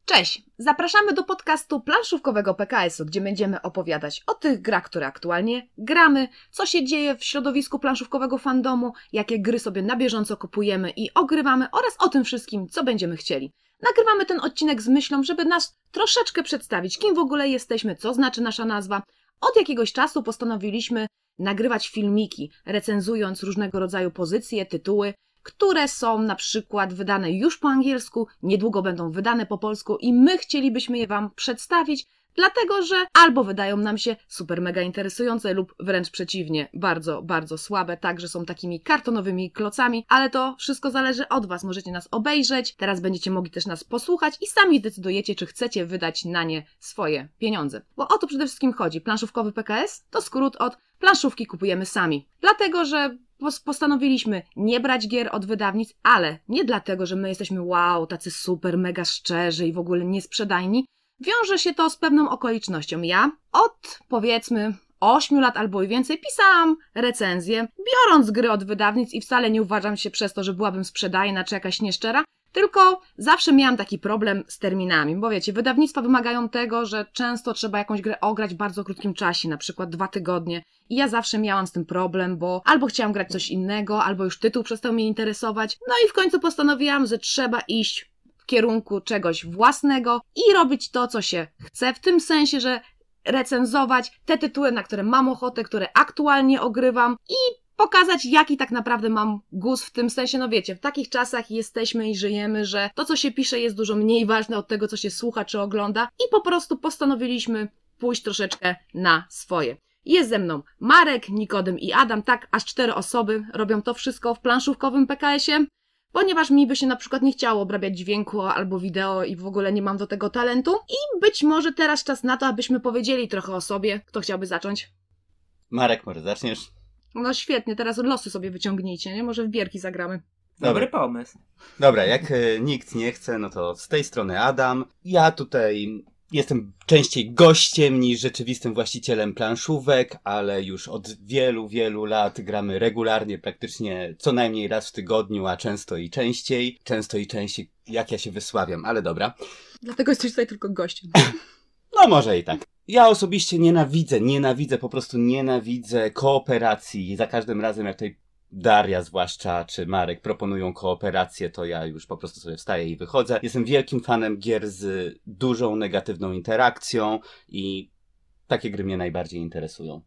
Cześć! Zapraszamy do podcastu planszówkowego PKS-u, gdzie będziemy opowiadać o tych grach, które aktualnie gramy, co się dzieje w środowisku planszówkowego fandomu, jakie gry sobie na bieżąco kupujemy i ogrywamy oraz o tym wszystkim, co będziemy chcieli. Nagrywamy ten odcinek z myślą, żeby nas troszeczkę przedstawić, kim w ogóle jesteśmy, co znaczy nasza nazwa. Od jakiegoś czasu postanowiliśmy nagrywać filmiki, recenzując różnego rodzaju pozycje, tytuły, które są na przykład wydane już po angielsku, niedługo będą wydane po polsku i my chcielibyśmy je Wam przedstawić, dlatego że albo wydają nam się super mega interesujące lub wręcz przeciwnie, bardzo, bardzo słabe, tak, że są takimi kartonowymi klocami, ale to wszystko zależy od Was. Możecie nas obejrzeć, teraz będziecie mogli też nas posłuchać i sami zdecydujecie, czy chcecie wydać na nie swoje pieniądze. Bo o to przede wszystkim chodzi. Planszówkowy PKS to skrót od planszówki kupujemy sami. Dlatego, że postanowiliśmy nie brać gier od wydawnictw, ale nie dlatego, że my jesteśmy wow, tacy super, mega szczerzy i w ogóle niesprzedajni. Wiąże się to z pewną okolicznością. Ja od powiedzmy 8 lat albo i więcej pisałam recenzje, biorąc gry od wydawnictw i wcale nie uważam się przez to, że byłabym sprzedajna czy jakaś nieszczera, tylko zawsze miałam taki problem z terminami, bo wiecie, wydawnictwa wymagają tego, że często trzeba jakąś grę ograć w bardzo krótkim czasie, na przykład 2 tygodnie. I ja zawsze miałam z tym problem, bo albo chciałam grać coś innego, albo już tytuł przestał mnie interesować. No i w końcu postanowiłam, że trzeba iść w kierunku czegoś własnego i robić to, co się chce, w tym sensie, że recenzować te tytuły, na które mam ochotę, które aktualnie ogrywam i pokazać, jaki tak naprawdę mam gust w tym sensie, no wiecie, w takich czasach jesteśmy i żyjemy, że to, co się pisze, jest dużo mniej ważne od tego, co się słucha czy ogląda i po prostu postanowiliśmy pójść troszeczkę na swoje. Jest ze mną Marek, Nikodem i Adam, tak, aż 4 osoby robią to wszystko w planszówkowym PKS-ie, ponieważ mi by się na przykład nie chciało obrabiać dźwięku albo wideo i w ogóle nie mam do tego talentu i być może teraz czas na to, abyśmy powiedzieli trochę o sobie. Kto chciałby zacząć? Marek, może zaczniesz? No świetnie, teraz losy sobie wyciągnijcie, nie? Może w bierki zagramy. Dobry pomysł. Dobra, jak nikt nie chce, no to z tej strony Adam. Ja tutaj jestem częściej gościem niż rzeczywistym właścicielem planszówek, ale już od wielu, wielu lat gramy regularnie, praktycznie co najmniej raz w tygodniu, a często i częściej. Często i częściej, jak ja się wysławiam, ale dobra. Dlatego jesteś tutaj tylko gościem. No może i tak. Ja osobiście nienawidzę, po prostu nienawidzę kooperacji. Za każdym razem jak tutaj Daria zwłaszcza, czy Marek proponują kooperację, to ja już po prostu sobie wstaję i wychodzę. Jestem wielkim fanem gier z dużą negatywną interakcją i takie gry mnie najbardziej interesują.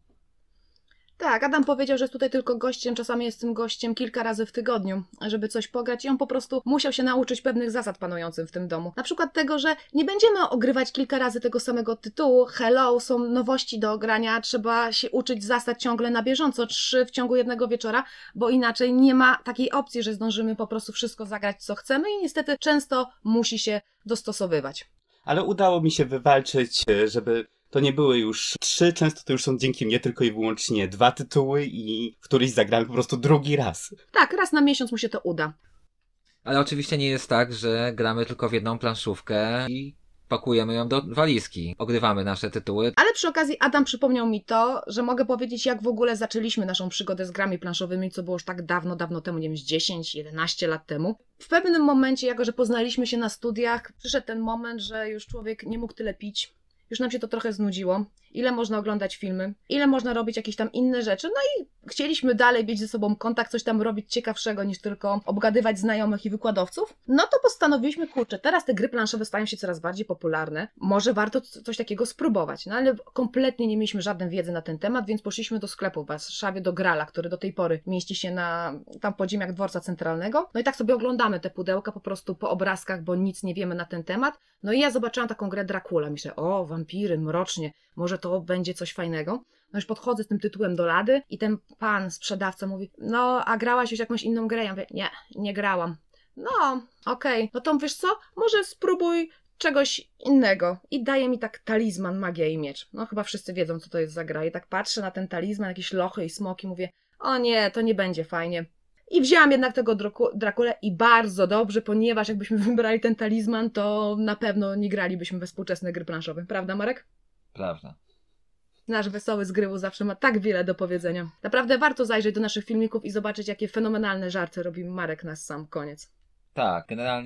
Tak, Adam powiedział, że jest tutaj tylko gościem, czasami jest tym gościem kilka razy w tygodniu, żeby coś pograć i on po prostu musiał się nauczyć pewnych zasad panujących w tym domu. Na przykład tego, że nie będziemy ogrywać kilka razy tego samego tytułu. Hello, są nowości do ogrania, trzeba się uczyć zasad ciągle na bieżąco, 3 w ciągu jednego wieczora, bo inaczej nie ma takiej opcji, że zdążymy po prostu wszystko zagrać, co chcemy i niestety często musi się dostosowywać. Ale udało mi się wywalczyć, żeby to nie były już 3, często to już są dzięki mnie tylko i wyłącznie 2 tytuły i w któryś zagramy po prostu drugi raz. Tak, raz na miesiąc mu się to uda. Ale oczywiście nie jest tak, że gramy tylko w jedną planszówkę i pakujemy ją do walizki. Ogrywamy nasze tytuły. Ale przy okazji Adam przypomniał mi to, że mogę powiedzieć, jak w ogóle zaczęliśmy naszą przygodę z grami planszowymi, co było już tak dawno, dawno temu, nie wiem, z 10-11 lat temu. W pewnym momencie, jako że poznaliśmy się na studiach, przyszedł ten moment, że już człowiek nie mógł tyle pić. Już nam się to trochę znudziło. Ile można oglądać filmy, ile można robić jakieś tam inne rzeczy. No i chcieliśmy dalej mieć ze sobą kontakt, coś tam robić ciekawszego niż tylko obgadywać znajomych i wykładowców. No to postanowiliśmy, kurczę, teraz te gry planszowe stają się coraz bardziej popularne. Może warto coś takiego spróbować. No ale kompletnie nie mieliśmy żadnej wiedzy na ten temat, więc poszliśmy do sklepu w Warszawie, do Grala, który do tej pory mieści się na tam podziemiach dworca centralnego. No i tak sobie oglądamy te pudełka po prostu po obrazkach, bo nic nie wiemy na ten temat. No i ja zobaczyłam taką grę Dracula. Myślę, o, wampiry, mrocznie, może to będzie coś fajnego. No już podchodzę z tym tytułem do lady i ten pan sprzedawca mówi, no a grałaś już jakąś inną grę? Ja mówię, nie grałam. No, okej. No to wiesz co, może spróbuj czegoś innego. I daje mi tak talizman, magia i miecz. No chyba wszyscy wiedzą, co to jest za gra. I tak patrzę na ten talizman, jakieś lochy i smoki, mówię, o nie, to nie będzie fajnie. I wzięłam jednak tego Drakulę i bardzo dobrze, ponieważ jakbyśmy wybrali ten talizman, to na pewno nie gralibyśmy we współczesne gry planszowe. Prawda, Marek? Prawda. Nasz Wesoły z Grywu zawsze ma tak wiele do powiedzenia. Naprawdę warto zajrzeć do naszych filmików i zobaczyć, jakie fenomenalne żarty robi Marek na sam koniec. Tak, generalnie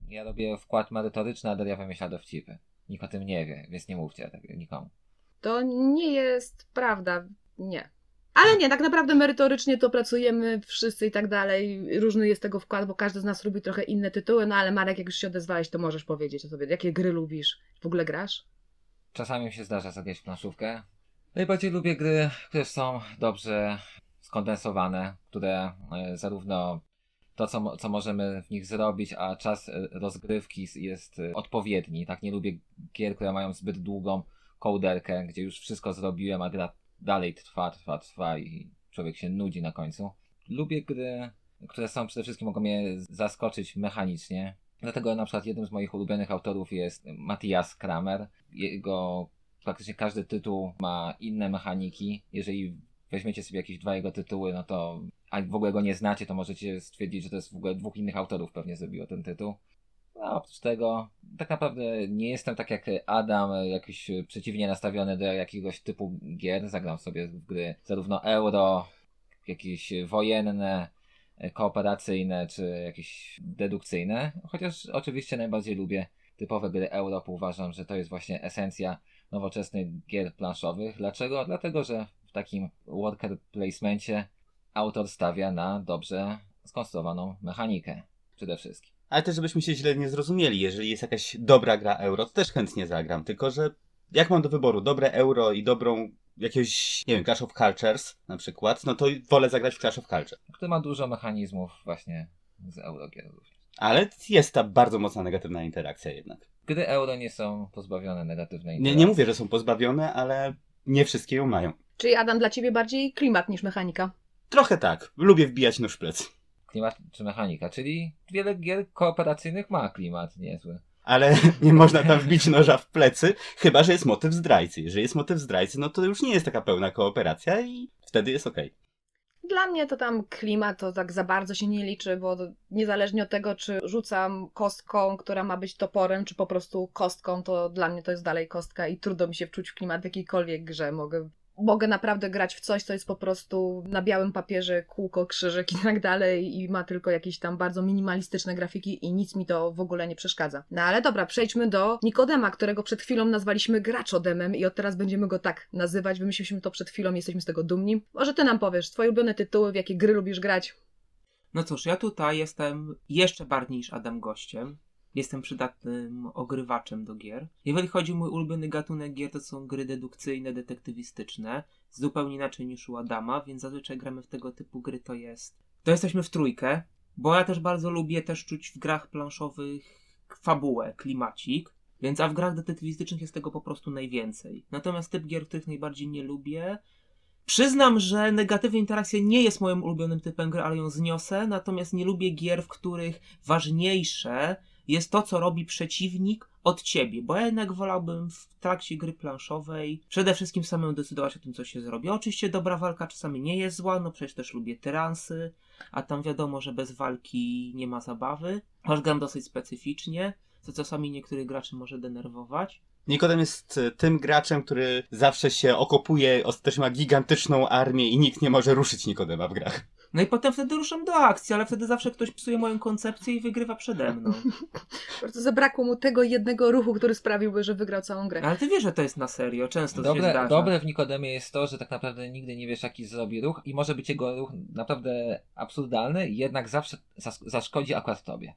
Ja robię wkład merytoryczny, a Daria wymyśla dowcipy. Nikt o tym nie wie, więc nie mówcie tak nikomu. To nie jest prawda, nie. Ale nie, tak naprawdę merytorycznie to pracujemy wszyscy i tak dalej. Różny jest tego wkład, bo każdy z nas lubi trochę inne tytuły, no ale Marek, jak już się odezwałeś, to możesz powiedzieć o sobie, jakie gry lubisz? W ogóle grasz? Czasami mi się zdarza zagrać w planszówkę. Najbardziej lubię gry, które są dobrze skondensowane, które zarówno to, co możemy w nich zrobić, a czas rozgrywki jest odpowiedni. Tak, nie lubię gier, które mają zbyt długą kołderkę, gdzie już wszystko zrobiłem, a gra dalej trwa i człowiek się nudzi na końcu. Lubię gry, które są przede wszystkim mogą mnie zaskoczyć mechanicznie. Dlatego na przykład jednym z moich ulubionych autorów jest Matthias Kramer. Jego praktycznie każdy tytuł ma inne mechaniki. Jeżeli weźmiecie sobie jakieś 2 jego tytuły, no to a w ogóle go nie znacie, to możecie stwierdzić, że to jest w ogóle 2 innych autorów pewnie zrobiło ten tytuł. A oprócz tego, tak naprawdę nie jestem tak jak Adam, jakiś przeciwnie nastawiony do jakiegoś typu gier. Zagram sobie w gry zarówno euro, jakieś wojenne, kooperacyjne czy jakieś dedukcyjne. Chociaż oczywiście najbardziej lubię typowe gry euro, bo uważam, że to jest właśnie esencja nowoczesnych gier planszowych. Dlaczego? Dlatego, że w takim worker placemencie autor stawia na dobrze skonstruowaną mechanikę przede wszystkim. Ale też, żebyśmy się źle nie zrozumieli, jeżeli jest jakaś dobra gra euro, to też chętnie zagram, tylko że jak mam do wyboru dobre euro i dobrą jakiegoś, nie wiem, Clash of Cultures na przykład, no to wolę zagrać w Clash of Cultures. Który ma dużo mechanizmów właśnie z eurogier. Ale jest ta bardzo mocna negatywna interakcja jednak. Gry euro nie są pozbawione negatywnej interakcji. Nie mówię, że są pozbawione, ale nie wszystkie ją mają. Czyli Adam, dla ciebie bardziej klimat niż mechanika? Trochę tak. Lubię wbijać nóż w plecy. Klimat czy mechanika, czyli wiele gier kooperacyjnych ma klimat niezły. Ale nie można tam wbić noża w plecy, chyba że jest motyw zdrajcy. Jeżeli jest motyw zdrajcy, no to już nie jest taka pełna kooperacja i wtedy jest okej. Dla mnie to tam klimat to tak za bardzo się nie liczy, bo niezależnie od tego, czy rzucam kostką, która ma być toporem, czy po prostu kostką, to dla mnie to jest dalej kostka i trudno mi się wczuć w klimat w jakiejkolwiek grze. Mogę naprawdę grać w coś, co jest po prostu na białym papierze, kółko, krzyżyk i tak dalej i ma tylko jakieś tam bardzo minimalistyczne grafiki i nic mi to w ogóle nie przeszkadza. No ale dobra, przejdźmy do Nikodema, którego przed chwilą nazwaliśmy Graczodemem i od teraz będziemy go tak nazywać. Wymyśliliśmy to przed chwilą, jesteśmy z tego dumni. Może ty nam powiesz, twoje ulubione tytuły, w jakie gry lubisz grać? No cóż, ja tutaj jestem jeszcze bardziej niż Adam gościem. Jestem przydatnym ogrywaczem do gier. Jeżeli chodzi o mój ulubiony gatunek gier, to są gry dedukcyjne, detektywistyczne. Zupełnie inaczej niż u Adama, więc zazwyczaj gramy w tego typu gry, to jesteśmy w trójkę. Bo ja też bardzo lubię też czuć w grach planszowych fabułę, klimacik. Więc a w grach detektywistycznych jest tego po prostu najwięcej. Natomiast typ gier, których najbardziej nie lubię... Przyznam, że negatywna interakcja nie jest moim ulubionym typem gry, ale ją zniosę. Natomiast nie lubię gier, w których ważniejsze jest to, co robi przeciwnik od ciebie, bo ja jednak wolałbym w trakcie gry planszowej przede wszystkim samemu decydować o tym, co się zrobi. Oczywiście dobra walka czasami nie jest zła, no przecież też lubię tyransy, a tam wiadomo, że bez walki nie ma zabawy. Choć gram dosyć specyficznie, co czasami niektórych graczy może denerwować. Nikodem jest tym graczem, który zawsze się okopuje, ostatecznie ma gigantyczną armię i nikt nie może ruszyć Nikodema w grach. No i potem wtedy ruszam do akcji, ale wtedy zawsze ktoś psuje moją koncepcję i wygrywa przede mną. Po prostu zabrakło mu tego jednego ruchu, który sprawiłby, że wygrał całą grę. Ale ty wiesz, że to jest na serio, często to się zdarza. Dobre w Nikodemie jest to, że tak naprawdę nigdy nie wiesz, jaki zrobi ruch i może być jego ruch naprawdę absurdalny, jednak zawsze zaszkodzi akurat tobie.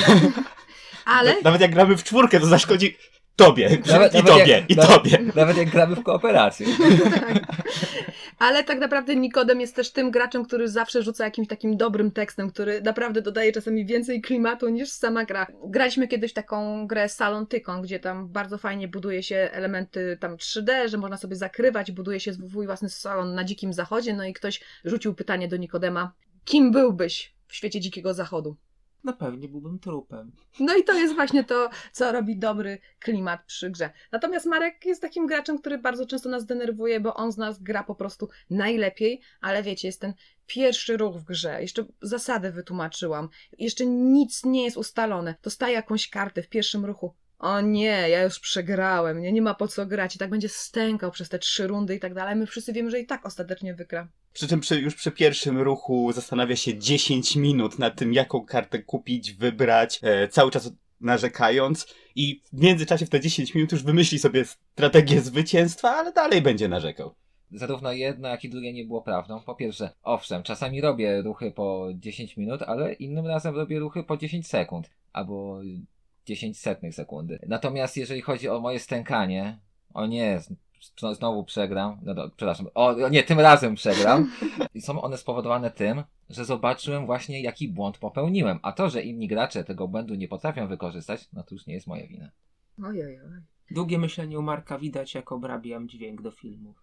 Ale... Nawet jak gramy w czwórkę, to zaszkodzi tobie, tobie. Nawet jak gramy w kooperację. Tak. Ale tak naprawdę Nikodem jest też tym graczem, który zawsze rzuca jakimś takim dobrym tekstem, który naprawdę dodaje czasami więcej klimatu niż sama gra. Graliśmy kiedyś taką grę Salon Tycoon, gdzie tam bardzo fajnie buduje się elementy tam 3D, że można sobie zakrywać, buduje się swój własny salon na Dzikim Zachodzie, no i ktoś rzucił pytanie do Nikodema, kim byłbyś w świecie Dzikiego Zachodu? No pewnie byłbym trupem. No i to jest właśnie to, co robi dobry klimat przy grze. Natomiast Marek jest takim graczem, który bardzo często nas denerwuje, bo on z nas gra po prostu najlepiej, ale wiecie, jest ten pierwszy ruch w grze, jeszcze zasadę wytłumaczyłam, jeszcze nic nie jest ustalone, dostaję jakąś kartę w pierwszym ruchu. O nie, ja już przegrałem, nie ma po co grać i tak będzie stękał przez te 3 rundy i tak dalej. My wszyscy wiemy, że i tak ostatecznie wygra. Przy czym już przy pierwszym ruchu zastanawia się 10 minut nad tym, jaką kartę kupić, wybrać. Cały czas narzekając i w międzyczasie w te 10 minut już wymyśli sobie strategię zwycięstwa, ale dalej będzie narzekał. Zarówno jedno, jak i drugie nie było prawdą. Po pierwsze, owszem, czasami robię ruchy po 10 minut, ale innym razem robię ruchy po 10 sekund. Albo 10 setnych sekundy. Natomiast jeżeli chodzi o moje stękanie, o nie, znowu przegram. Przepraszam. O nie, tym razem przegram. I są one spowodowane tym, że zobaczyłem właśnie jaki błąd popełniłem. A to, że inni gracze tego błędu nie potrafią wykorzystać, no to już nie jest moja wina. Ojej. Długie myślenie u Marka widać, jak obrabiam dźwięk do filmów.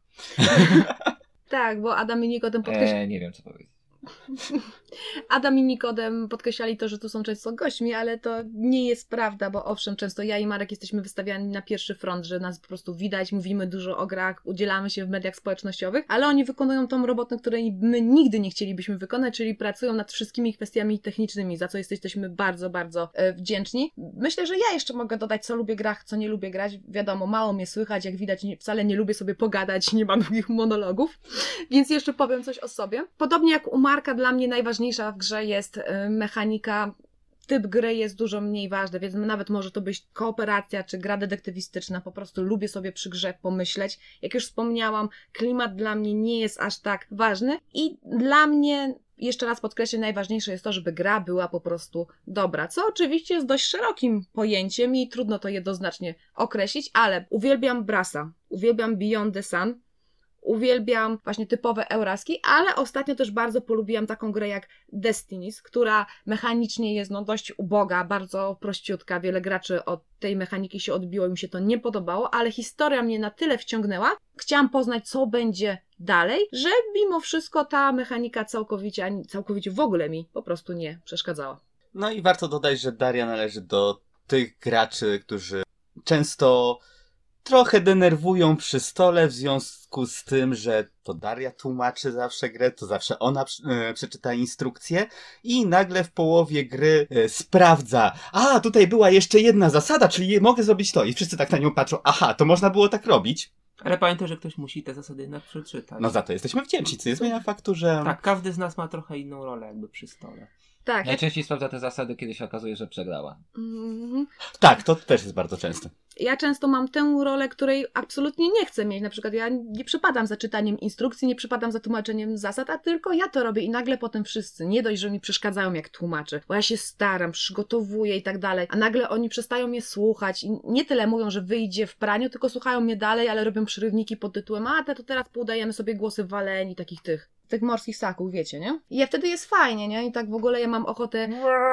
Tak, bo Adam i Nikodem podkreślali. Nie wiem co powiedzieć. Adam i Nikodem podkreślali to, że tu są często gośćmi, ale to nie jest prawda, bo owszem, często ja i Marek jesteśmy wystawiani na pierwszy front, że nas po prostu widać, mówimy dużo o grach, udzielamy się w mediach społecznościowych, ale oni wykonują tą robotę, której my nigdy nie chcielibyśmy wykonać, czyli pracują nad wszystkimi kwestiami technicznymi, za co jesteśmy bardzo, bardzo wdzięczni. Myślę, że ja jeszcze mogę dodać, co lubię grać, co nie lubię grać. Wiadomo, mało mnie słychać, jak widać, wcale nie lubię sobie pogadać, nie mam długich monologów, więc jeszcze powiem coś o sobie. Podobnie jak u Marka, dla mnie najważniejsza w grze jest mechanika. Typ gry jest dużo mniej ważny, więc nawet może to być kooperacja czy gra detektywistyczna. Po prostu lubię sobie przy grze pomyśleć. Jak już wspomniałam, klimat dla mnie nie jest aż tak ważny i dla mnie, jeszcze raz podkreślę, najważniejsze jest to, żeby gra była po prostu dobra, co oczywiście jest dość szerokim pojęciem i trudno to jednoznacznie określić, ale uwielbiam Brasa, uwielbiam Beyond the Sun, uwielbiam właśnie typowe Euraski, ale ostatnio też bardzo polubiłam taką grę jak Destinies, która mechanicznie jest dość uboga, bardzo prościutka. Wiele graczy od tej mechaniki się odbiło i mi się to nie podobało, ale historia mnie na tyle wciągnęła. Chciałam poznać, co będzie dalej, że mimo wszystko ta mechanika całkowicie w ogóle mi po prostu nie przeszkadzała. No i warto dodać, że Daria należy do tych graczy, którzy często trochę denerwują przy stole w związku z tym, że to Daria tłumaczy zawsze grę, to zawsze ona przeczyta instrukcję i nagle w połowie gry sprawdza, a tutaj była jeszcze jedna zasada, czyli mogę zrobić to i wszyscy tak na nią patrzą, aha, to można było tak robić. Ale pamiętaj, że ktoś musi te zasady jednak przeczytać. No za to jesteśmy wdzięczni, co nie zmienia faktu, że... Tak, każdy z nas ma trochę inną rolę jakby przy stole. Tak. Najczęściej sprawdza te zasady, kiedy się okazuje, że przegrała. Tak, to też jest bardzo częste. Ja często mam tę rolę, której absolutnie nie chcę mieć. Na przykład ja nie przypadam za czytaniem instrukcji, nie przypadam za tłumaczeniem zasad, a tylko ja to robię i nagle potem wszyscy, nie dość, że mi przeszkadzają jak tłumaczę, bo ja się staram, przygotowuję i tak dalej, a nagle oni przestają mnie słuchać i nie tyle mówią, że wyjdzie w praniu, tylko słuchają mnie dalej, ale robią przyrywniki pod tytułem, a to teraz poudajemy sobie głosy waleni, tych morskich ssaków, wiecie, nie? I ja wtedy jest fajnie, nie? I tak w ogóle ja mam ochotę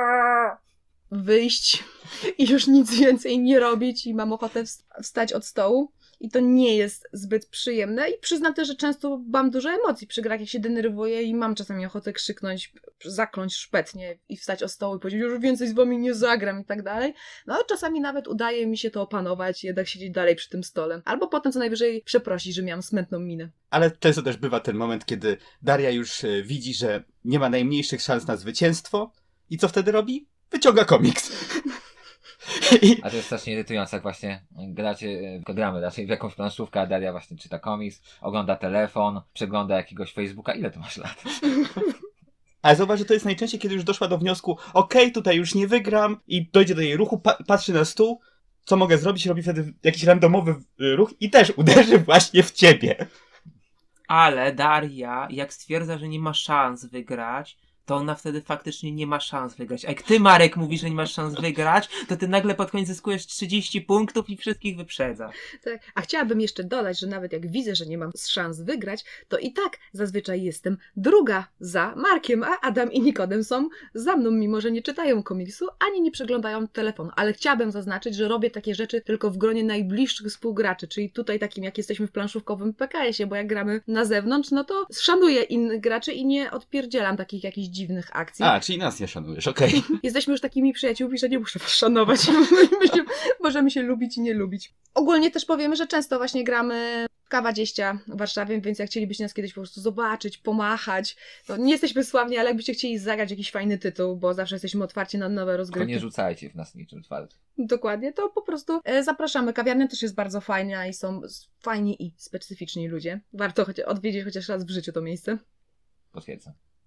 wyjść i już nic więcej nie robić i mam ochotę wstać od stołu i to nie jest zbyt przyjemne i przyznam też, że często mam dużo emocji przy grach, jak się denerwuję i mam czasami ochotę krzyknąć, zakląć szpetnie i wstać od stołu i powiedzieć, już więcej z wami nie zagram i tak dalej. No ale czasami nawet udaje mi się to opanować i jednak siedzieć dalej przy tym stole. Albo potem co najwyżej przeprosić, że miałam smętną minę. Ale często też bywa ten moment, kiedy Daria już widzi, że nie ma najmniejszych szans na zwycięstwo i co wtedy robi? Wyciąga komiks. A to jest strasznie irytujące, jak właśnie gramy raczej w jakąś planszówkę, a Daria właśnie czyta komiks, ogląda telefon, przegląda jakiegoś Facebooka. Ile ty masz lat? Ale zauważ, że to jest najczęściej, kiedy już doszła do wniosku, okej, tutaj już nie wygram i dojdzie do jej ruchu, patrzy na stół, co mogę zrobić, robi wtedy jakiś randomowy ruch i też uderzy właśnie w ciebie. Ale Daria, jak stwierdza, że nie ma szans wygrać, to ona wtedy faktycznie nie ma szans wygrać. A jak ty, Marek, mówisz, że nie masz szans wygrać, to ty nagle pod koniec zyskujesz 30 punktów i wszystkich wyprzedza. Tak. A chciałabym jeszcze dodać, że nawet jak widzę, że nie mam szans wygrać, to i tak zazwyczaj jestem druga za Markiem, a Adam i Nikodem są za mną, mimo że nie czytają komiksu, ani nie przeglądają telefonu. Ale chciałabym zaznaczyć, że robię takie rzeczy tylko w gronie najbliższych współgraczy, czyli tutaj takim, jak jesteśmy w planszówkowym PKS-ie, bo jak gramy na zewnątrz, no to szanuję innych graczy i nie odpierdzielam takich jakichś dziwnych akcji. A, czyli nas nie szanujesz, okej. Jesteśmy już takimi przyjaciółmi, że nie muszę was szanować. Możemy się lubić i nie lubić. Ogólnie też powiemy, że często właśnie gramy w K20 w Warszawie, więc jak chcielibyście nas kiedyś po prostu zobaczyć, pomachać, to nie jesteśmy sławni, ale jakbyście chcieli zagrać jakiś fajny tytuł, bo zawsze jesteśmy otwarci na nowe To rozgrywki. nie rzucajcie w nas niczym twardym. Dokładnie, to po prostu zapraszamy. Kawiarnia też jest bardzo fajna i są fajni i specyficzni ludzie. Warto odwiedzić chociaż raz w życiu to miejsce. Potwierdzam.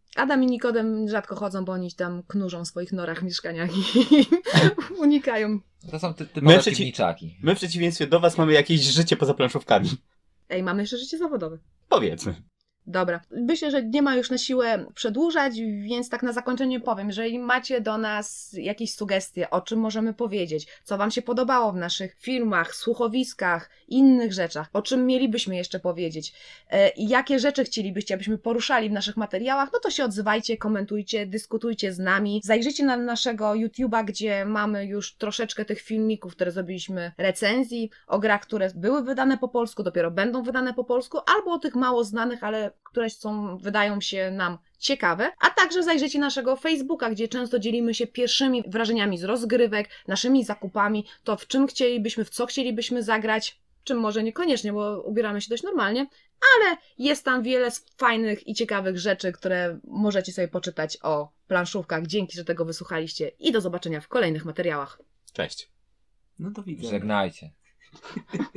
Adam i Nikodem rzadko chodzą, bo oni tam knurzą w swoich norach, mieszkaniach i unikają. To są My typowe przeci- piwniczaki. My w przeciwieństwie do was mamy jakieś życie poza planszówkami. Ej, mamy jeszcze życie zawodowe. Powiedzmy. Dobra, myślę, że nie ma już na siłę przedłużać, więc tak na zakończenie powiem, jeżeli macie do nas jakieś sugestie, o czym możemy powiedzieć, co Wam się podobało w naszych filmach, słuchowiskach, innych rzeczach, o czym mielibyśmy jeszcze powiedzieć, i jakie rzeczy chcielibyście, abyśmy poruszali w naszych materiałach, no to się odzywajcie, komentujcie, dyskutujcie z nami. Zajrzyjcie na naszego YouTube'a, gdzie mamy już troszeczkę tych filmików, które zrobiliśmy recenzji o grach, które były wydane po polsku, dopiero będą wydane po polsku, albo o tych mało znanych, ale które wydają się nam ciekawe, a także zajrzyjcie naszego Facebooka, gdzie często dzielimy się pierwszymi wrażeniami z rozgrywek, naszymi zakupami, to w czym chcielibyśmy, w co chcielibyśmy zagrać, czym może niekoniecznie, bo ubieramy się dość normalnie, ale jest tam wiele fajnych i ciekawych rzeczy, które możecie sobie poczytać o planszówkach. Dzięki, że tego wysłuchaliście i do zobaczenia w kolejnych materiałach. Cześć. No do widzenia. Żegnajcie.